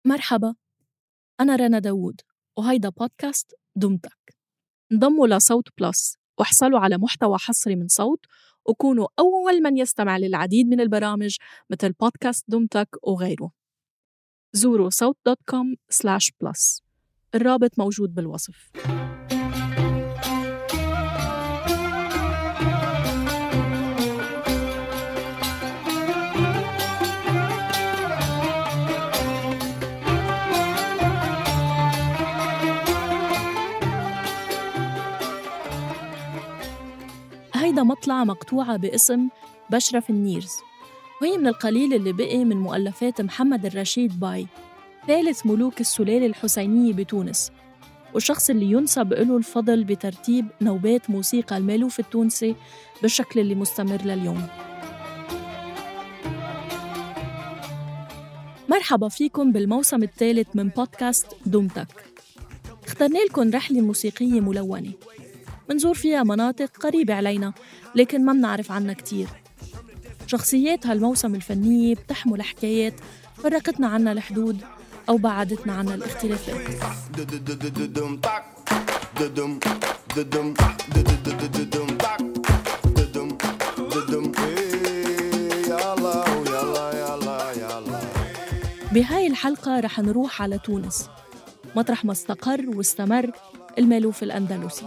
مرحبا، أنا رنا داوود وهيدا بودكاست دمتك. انضموا لصوت بلس واحصلوا على محتوى حصري من صوت وكونوا أول من يستمع للعديد من البرامج مثل بودكاست دمتك وغيره. زوروا صوت.com/plus، الرابط موجود بالوصف. هيدا مطلع مقطوعة باسم بشرف النيرز، وهي من القليل اللي بقي من مؤلفات محمد الرشيد باي، ثالث ملوك السلالة الحسينية بتونس، والشخص اللي ينسب له الفضل بترتيب نوبات موسيقى المألوف التونسي بالشكل اللي مستمر لليوم. مرحبا فيكم بالموسم الثالث من بودكاست دمتك. اخترنا لكم رحلة موسيقية ملونة منزور فيها مناطق قريبة علينا لكن ما منعرف عنها كتير. شخصيات هالموسم الفنية بتحمل حكايات فرقتنا عنها الحدود أو بعدتنا عنها الاختلافات. بهاي الحلقة رح نروح على تونس، مطرح ما استقر واستمر المألوف الأندلسي.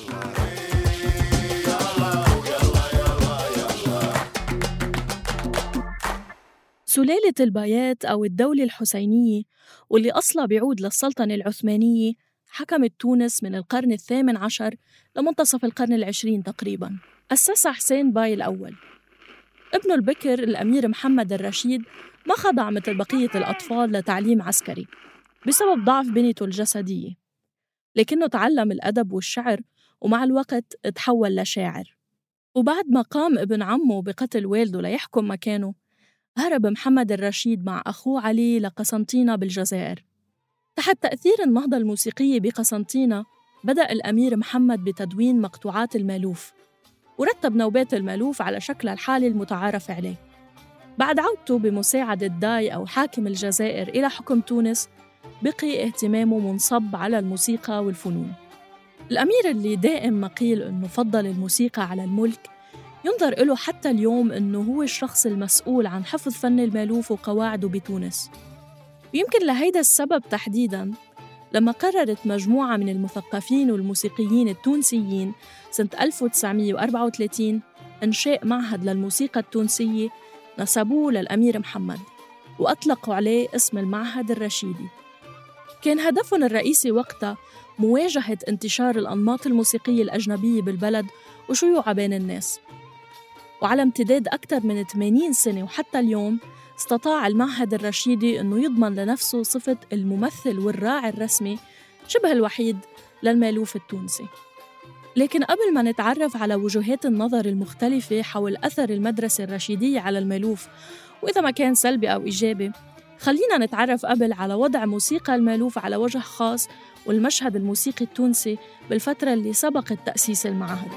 سلالة البايات أو الدولة الحسينية واللي أصلها بيعود للسلطنة العثمانية حكمت تونس من القرن 18 لمنتصف القرن 20 تقريباً. أسسها حسين باي الأول. ابنه البكر الأمير محمد الرشيد ما خضع مثل بقية الأطفال لتعليم عسكري بسبب ضعف بنيته الجسدية، لكنه تعلم الأدب والشعر ومع الوقت تحول لشاعر. وبعد ما قام ابن عمه بقتل والده ليحكم مكانه، هرب محمد الرشيد مع أخوه علي لقسنطينة بالجزائر. تحت تأثير النهضة الموسيقية بقسنطينة بدأ الأمير محمد بتدوين مقطوعات المألوف ورتب نوبات المألوف على شكل الحالي المتعارف عليه. بعد عودته بمساعدة داي أو حاكم الجزائر إلى حكم تونس بقي اهتمامه منصب على الموسيقى والفنون. الأمير اللي دائم ما قيل أنه فضل الموسيقى على الملك ينظر له حتى اليوم أنه هو الشخص المسؤول عن حفظ فن المألوف وقواعده بتونس. ويمكن لهيدا السبب تحديداً لما قررت مجموعة من المثقفين والموسيقيين التونسيين سنة 1934 إنشاء معهد للموسيقى التونسية نسبوه للأمير محمد وأطلقوا عليه اسم المعهد الرشيدي. كان هدفهم الرئيسي وقتها مواجهة انتشار الأنماط الموسيقية الأجنبية بالبلد وشيوعها بين الناس. وعلى امتداد أكثر من 80 سنة وحتى اليوم استطاع المعهد الرشيدي أنه يضمن لنفسه صفة الممثل والراعي الرسمي شبه الوحيد للمألوف التونسي. لكن قبل ما نتعرف على وجهات النظر المختلفة حول أثر المدرسة الرشيدية على المألوف وإذا ما كان سلبي أو إيجابي، خلينا نتعرف قبل على وضع موسيقى المألوف على وجه خاص والمشهد الموسيقي التونسي بالفترة اللي سبقت تأسيس المعهد.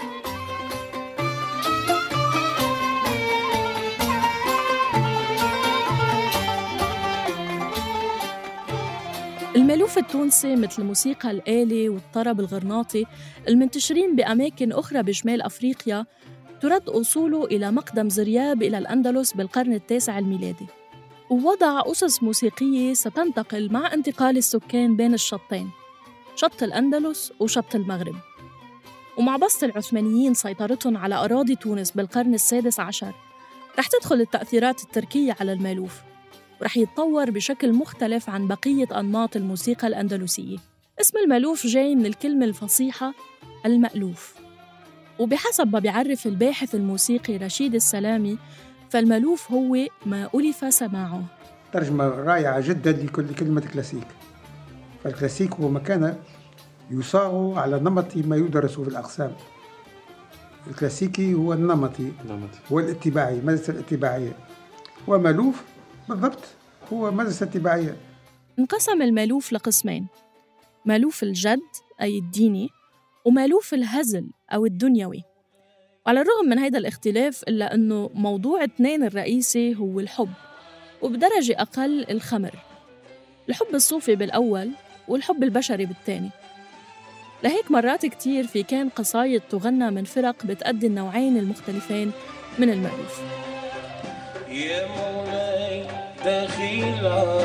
المألوف التونسي مثل الموسيقى الآلي والطرب الغرناطي المنتشرين بأماكن أخرى بشمال أفريقيا ترد أصوله إلى مقدم زرياب إلى الأندلس بالقرن التاسع الميلادي، ووضع أسس موسيقية ستنتقل مع انتقال السكان بين الشطين، شط الأندلس وشط المغرب. ومع بسط العثمانيين سيطرتهم على أراضي تونس بالقرن السادس عشر رح تدخل التأثيرات التركية على المألوف ورح يتطور بشكل مختلف عن بقية أنماط الموسيقى الأندلسية. اسم المألوف جاي من الكلمة الفصيحة المألوف، وبحسب ما بيعرف الباحث الموسيقي رشيد السلامي فالمألوف هو ما ألف سماعه. ترجمة رائعة جدا لكل كلمة كلاسيك. فالكلاسيك هو مكان يصاغ على نمط ما يدرس في الأقسام. الكلاسيكي هو النمطي هو الاتباعي، مدرسة الاتباعية، ومألوف بالضبط هو مدرسة اتباعية. انقسم المألوف لقسمين: مألوف الجد أي الديني ومألوف الهزل أو الدنيوي. وعلى الرغم من هذا الاختلاف إلا أنه موضوع اثنين الرئيسي هو الحب وبدرجة أقل الخمر. الحب الصوفي بالأول والحب البشري بالتاني. لهيك مرات كتير في كان قصايد تغنى من فرق بتأدي النوعين المختلفين من المألوف. يا مولاي دخيل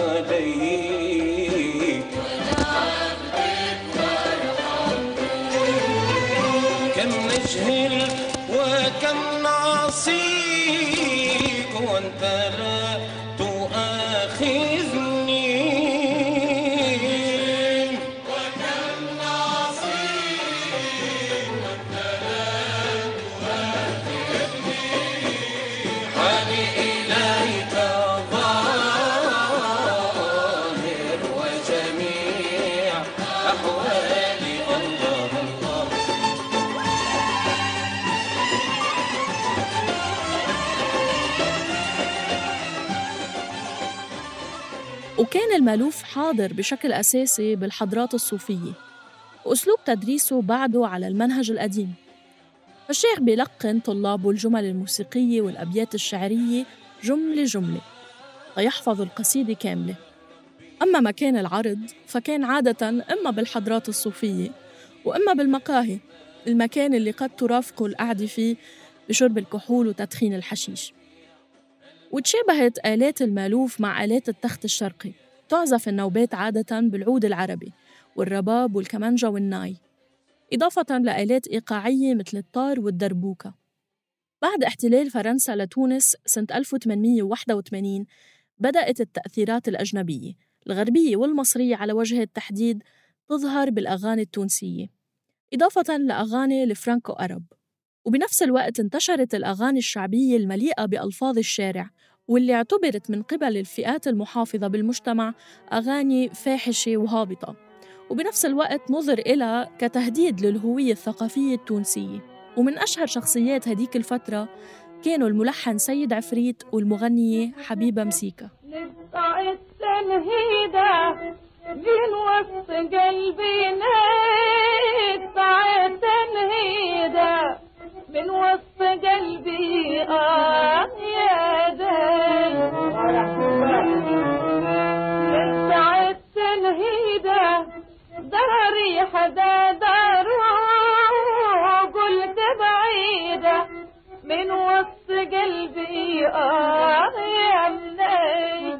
عليك كم نجهل وكم نعصيك وانت لا تؤاخذني وكم نعصيك وانت لا تؤاخذني حالي إليك ظاهر وجميع أحوالي الله الله. وكان المألوف حاضر بشكل أساسي بالحضارات الصوفية، وأسلوب تدريسه بعده على المنهج القديم. فالشيخ بيلقن طلابه الجمل الموسيقية والأبيات الشعرية جملة جملة ليحفظوا القصيدة كاملة. أما مكان العرض فكان عادة إما بالحضارات الصوفية وإما بالمقاهي، المكان اللي قد ترافقه القعدة فيه بشرب الكحول وتدخين الحشيش. وتشابهت آلات المألوف مع آلات التخت الشرقي، تعزف النوبات عادة بالعود العربي والرباب والكمانجا والناي، إضافة لآلات إيقاعية مثل الطار والدربوكة. بعد احتلال فرنسا لتونس سنة 1881 بدأت التأثيرات الأجنبية الغربية والمصرية على وجه التحديد تظهر بالأغاني التونسية، إضافة لأغاني الفرانكو أرب. وبنفس الوقت انتشرت الأغاني الشعبية المليئة بألفاظ الشارع، واللي اعتبرت من قبل الفئات المحافظة بالمجتمع أغاني فاحشة وهابطة، وبنفس الوقت نظر إلها كتهديد للهوية الثقافية التونسية. ومن أشهر شخصيات هديك الفترة كانوا الملحن سيد عفريت والمغنية حبيبة مسيكة. نقطع التنهيدة بين وسط قلبي، نقطع التنهيدة من وسط قلبي يا دل. نقطع التنهيدة داري حدا دارو قلت بعيدة من وسط قلبي يا مني.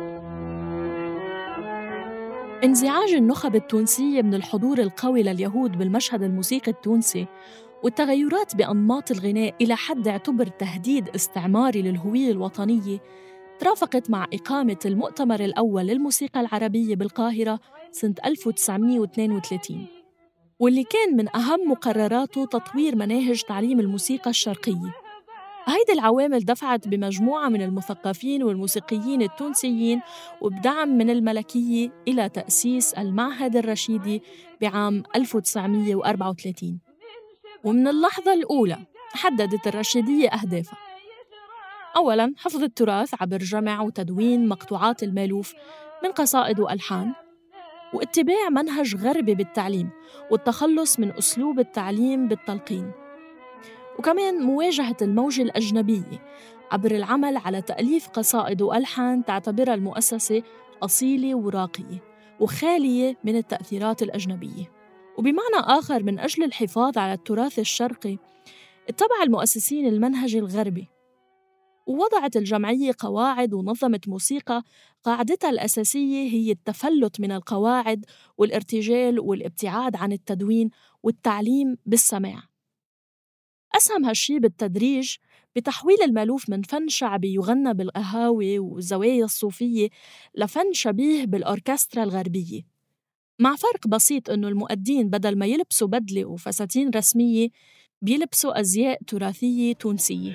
انزعاج النخب التونسية من الحضور القوي لليهود بالمشهد الموسيقي التونسي والتغيرات بأنماط الغناء إلى حد اعتبر تهديد استعماري للهوية الوطنية ترافقت مع إقامة المؤتمر الأول للموسيقى العربية بالقاهرة سنة 1932، واللي كان من أهم مقرراته تطوير مناهج تعليم الموسيقى الشرقية. هيدي العوامل دفعت بمجموعة من المثقفين والموسيقيين التونسيين وبدعم من الملكية إلى تأسيس المعهد الرشيدي بعام 1934. ومن اللحظة الأولى حددت الرشيدية أهدافها: أولاً حفظ التراث عبر جمع وتدوين مقطوعات المألوف من قصائد وألحان، واتباع منهج غربي بالتعليم والتخلص من أسلوب التعليم بالتلقين، وكمان مواجهة الموجة الأجنبية عبر العمل على تأليف قصائد وألحان تعتبرها المؤسسة أصيلة وراقية وخالية من التأثيرات الأجنبية. وبمعنى آخر من أجل الحفاظ على التراث الشرقي اتبع المؤسسين المنهج الغربي، ووضعت الجمعية قواعد ونظمت موسيقى قاعدتها الأساسية هي التفلت من القواعد والارتجال والابتعاد عن التدوين والتعليم بالسماع. أسهم هالشي بالتدريج بتحويل المألوف من فن شعبي يغنى بالقهاوي والزوايا الصوفية لفن شبيه بالأوركسترا الغربية، مع فرق بسيط إنه المؤدين بدل ما يلبسوا بدلة وفساتين رسمية بيلبسوا أزياء تراثية تونسية.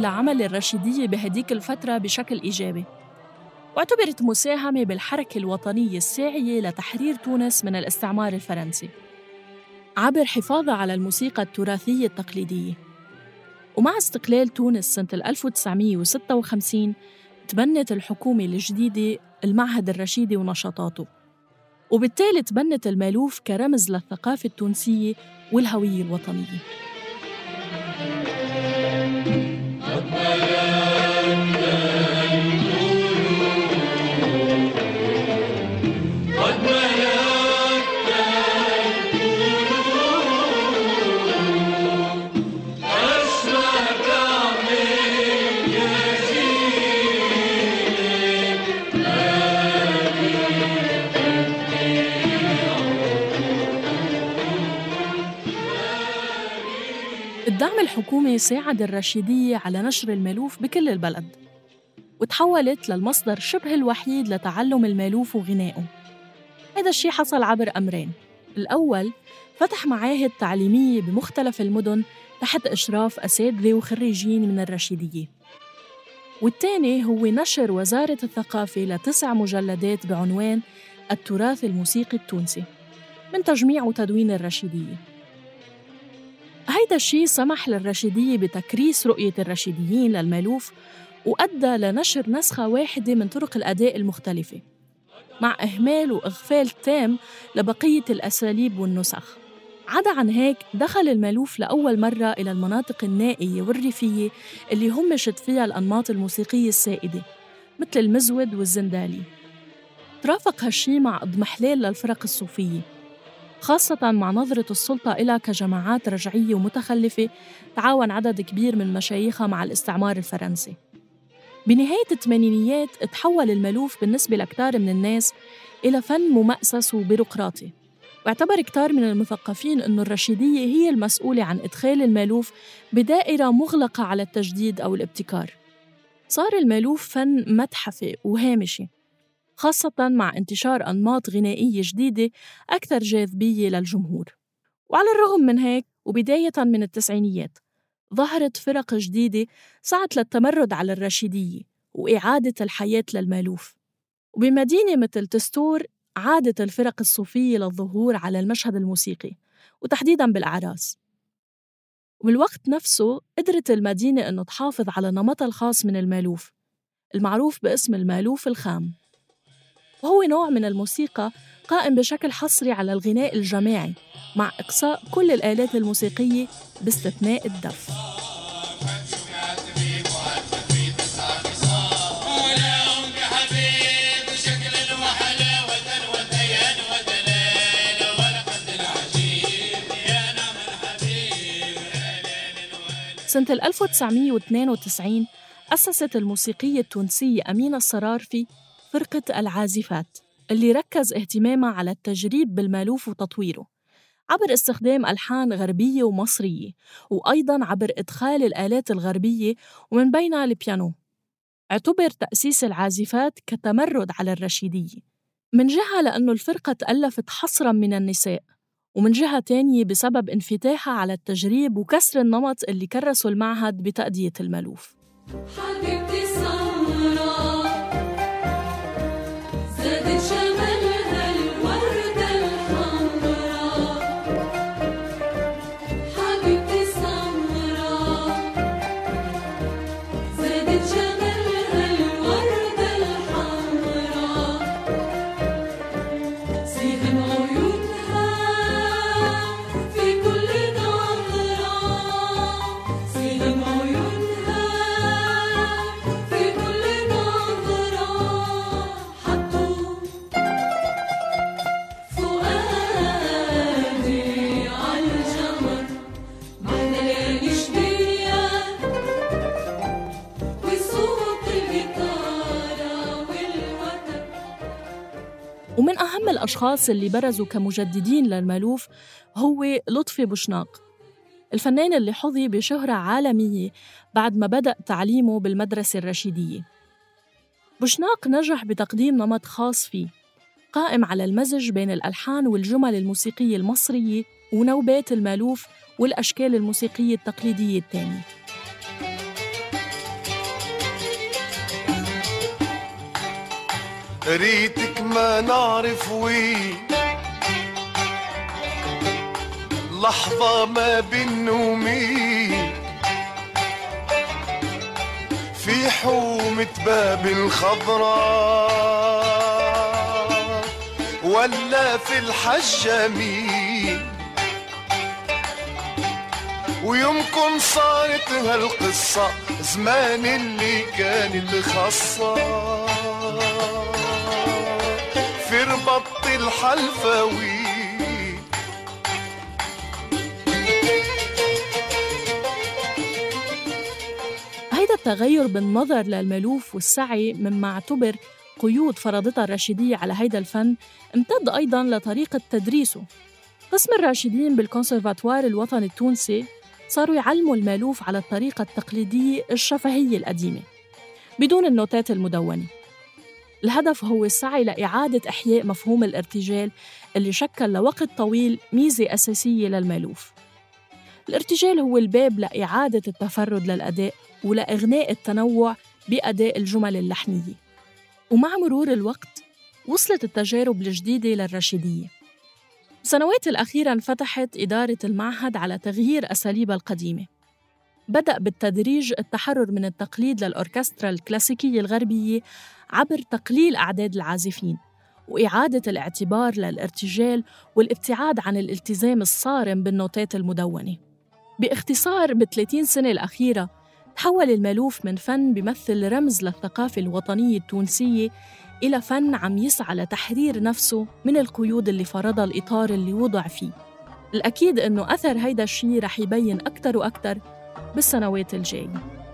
لعمل الرشيدية بهديك الفترة بشكل إيجابي، واعتبرت مساهمة بالحركة الوطنية الساعية لتحرير تونس من الاستعمار الفرنسي عبر حفاظها على الموسيقى التراثية التقليدية. ومع استقلال تونس سنة 1956 تبنت الحكومة الجديدة المعهد الرشيدي ونشاطاته، وبالتالي تبنت المألوف كرمز للثقافة التونسية والهوية الوطنية. الدعم الحكومي ساعد الرشيدية على نشر المألوف بكل البلد، وتحولت للمصدر شبه الوحيد لتعلم المألوف وغنائه. هذا الشيء حصل عبر أمرين: الأول فتح معاهد تعليمية بمختلف المدن تحت إشراف أساتذة وخريجين من الرشيدية، والثاني هو نشر وزارة الثقافة ل9 مجلدات بعنوان التراث الموسيقي التونسي من تجميع وتدوين الرشيدية. هيدا الشيء سمح للرشيدية بتكريس رؤية الرشيديين للمألوف، وأدى لنشر نسخة واحدة من طرق الأداء المختلفة، مع إهمال وإغفال تام لبقية الأساليب والنسخ. عدا عن هيك، دخل المألوف لأول مرة إلى المناطق النائية والريفية اللي همشت فيها الأنماط الموسيقية السائدة مثل المزود والزندالي. ترافق هالشي مع اضمحلال للفرق الصوفية، خاصة مع نظرة السلطة إلها كجماعات رجعية ومتخلفة تعاون عدد كبير من مشايخها مع الاستعمار الفرنسي. بنهاية الثمانينيات تحول المألوف بالنسبة لكتار من الناس إلى فن ممأسس وبيروقراطي، واعتبر كتار من المثقفين أن الرشيدية هي المسؤولة عن إدخال المألوف بدائرة مغلقة على التجديد أو الابتكار. صار المألوف فن متحفي وهامشي، خاصة مع انتشار أنماط غنائية جديدة أكثر جاذبية للجمهور. وعلى الرغم من هيك، وبداية من التسعينيات ظهرت فرق جديدة سعت للتمرد على الرشيدية وإعادة الحياة للمألوف. وبمدينة مثل تستور عادت الفرق الصوفية للظهور على المشهد الموسيقي، وتحديداً بالأعراس. وبالوقت نفسه قدرت المدينة أن تحافظ على نمطها الخاص من المألوف المعروف باسم المألوف الخام، وهو نوع من الموسيقى قائم بشكل حصري على الغناء الجماعي مع إقصاء كل الآلات الموسيقية باستثناء الدف. سنة 1992 أسست الموسيقية التونسية أمينة الصرارفي فرقة العازفات، اللي ركز اهتمامها على التجريب بالمألوف وتطويره عبر استخدام ألحان غربية ومصرية، وأيضاً عبر إدخال الآلات الغربية ومن بينها البيانو. اعتبر تأسيس العازفات كتمرد على الرشيدية، من جهة لأنه الفرقة تألفت حصراً من النساء، ومن جهة تانية بسبب انفتاحها على التجريب وكسر النمط اللي كرسه المعهد بتأدية المألوف. حبيبتي سمراء زادت شمالها الوردة الحمراء، حبيبتي سمراء زادت شمالها الوردة الحمراء، سيهم عيونها في كل نظرة، سيهم عيونها في كل نظرة، حطوا فؤادي عالجمر بعد ليالي شبية وصوت الجيتارة والوتر. ومن أهم الأشخاص اللي برزوا كمجددين للمألوف هو لطفي بوشناق، الفنان اللي حظي بشهرة عالمية بعد ما بدأ تعليمه بالمدرسة الرشيدية. بوشناق نجح بتقديم نمط خاص فيه، قائم على المزج بين الألحان والجمل الموسيقية المصرية ونوبات المألوف والأشكال الموسيقية التقليدية التانية. ريتك ما نعرف وين لحظة ما بين نومين في حومة باب الخضراء ولا في الحجامين ويمكن صارت هالقصة زمان اللي كانت خاصة في ربط الحلفاوي. هيدا التغير بالنظر للمألوف والسعي مما اعتبر قيود فرضتها الراشدية على هيدا الفن امتد أيضاً لطريقة تدريسه. قسم الراشدين بالكونسرفاتوار الوطني التونسي صاروا يعلموا المألوف على الطريقة التقليدية الشفهية القديمة بدون النوتات المدونة. الهدف هو السعي لإعادة إحياء مفهوم الارتجال اللي شكل لوقت طويل ميزة أساسية للمألوف. الارتجال هو الباب لإعادة التفرد للأداء ولإغناء التنوع بأداء الجمل اللحنية. ومع مرور الوقت وصلت التجارب الجديدة للراشدية. السنوات الأخيرة انفتحت إدارة المعهد على تغيير أساليبها القديمة. بدأ بالتدريج التحرر من التقليد للأوركسترا الكلاسيكية الغربية عبر تقليل أعداد العازفين وإعادة الاعتبار للارتجال والابتعاد عن الالتزام الصارم بالنوتات المدونة. باختصار ب30 سنة الأخيرة تحول المألوف من فن بيمثل رمز للثقافة الوطنية التونسية إلى فن عم يسعى لتحرير نفسه من القيود اللي فرضها الإطار اللي وضع فيه. الأكيد إنه أثر هيدا الشيء رح يبين أكتر وأكتر بالسنوات الجاية.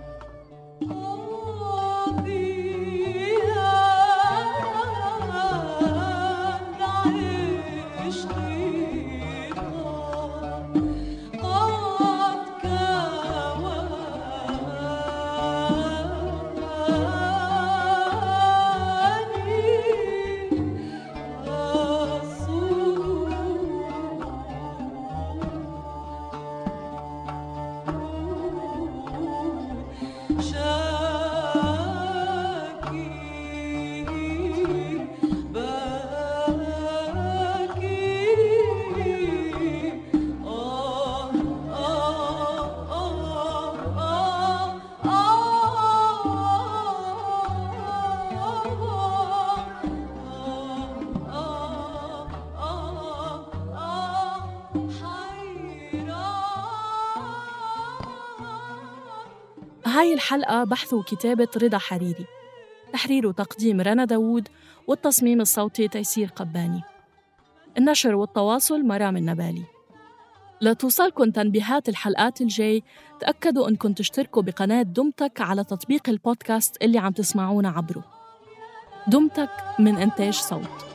هاي الحلقة بحث وكتابة رضا حريري، تحرير وتقديم رنا داوود، والتصميم الصوتي تيسير قباني، النشر والتواصل مرام النبالي. لتوصلكن تنبيهات الحلقات الجاي تأكدوا أنكم تشتركوا بقناة دمتك على تطبيق البودكاست اللي عم تسمعونا عبره. دمتك من إنتاج صوت.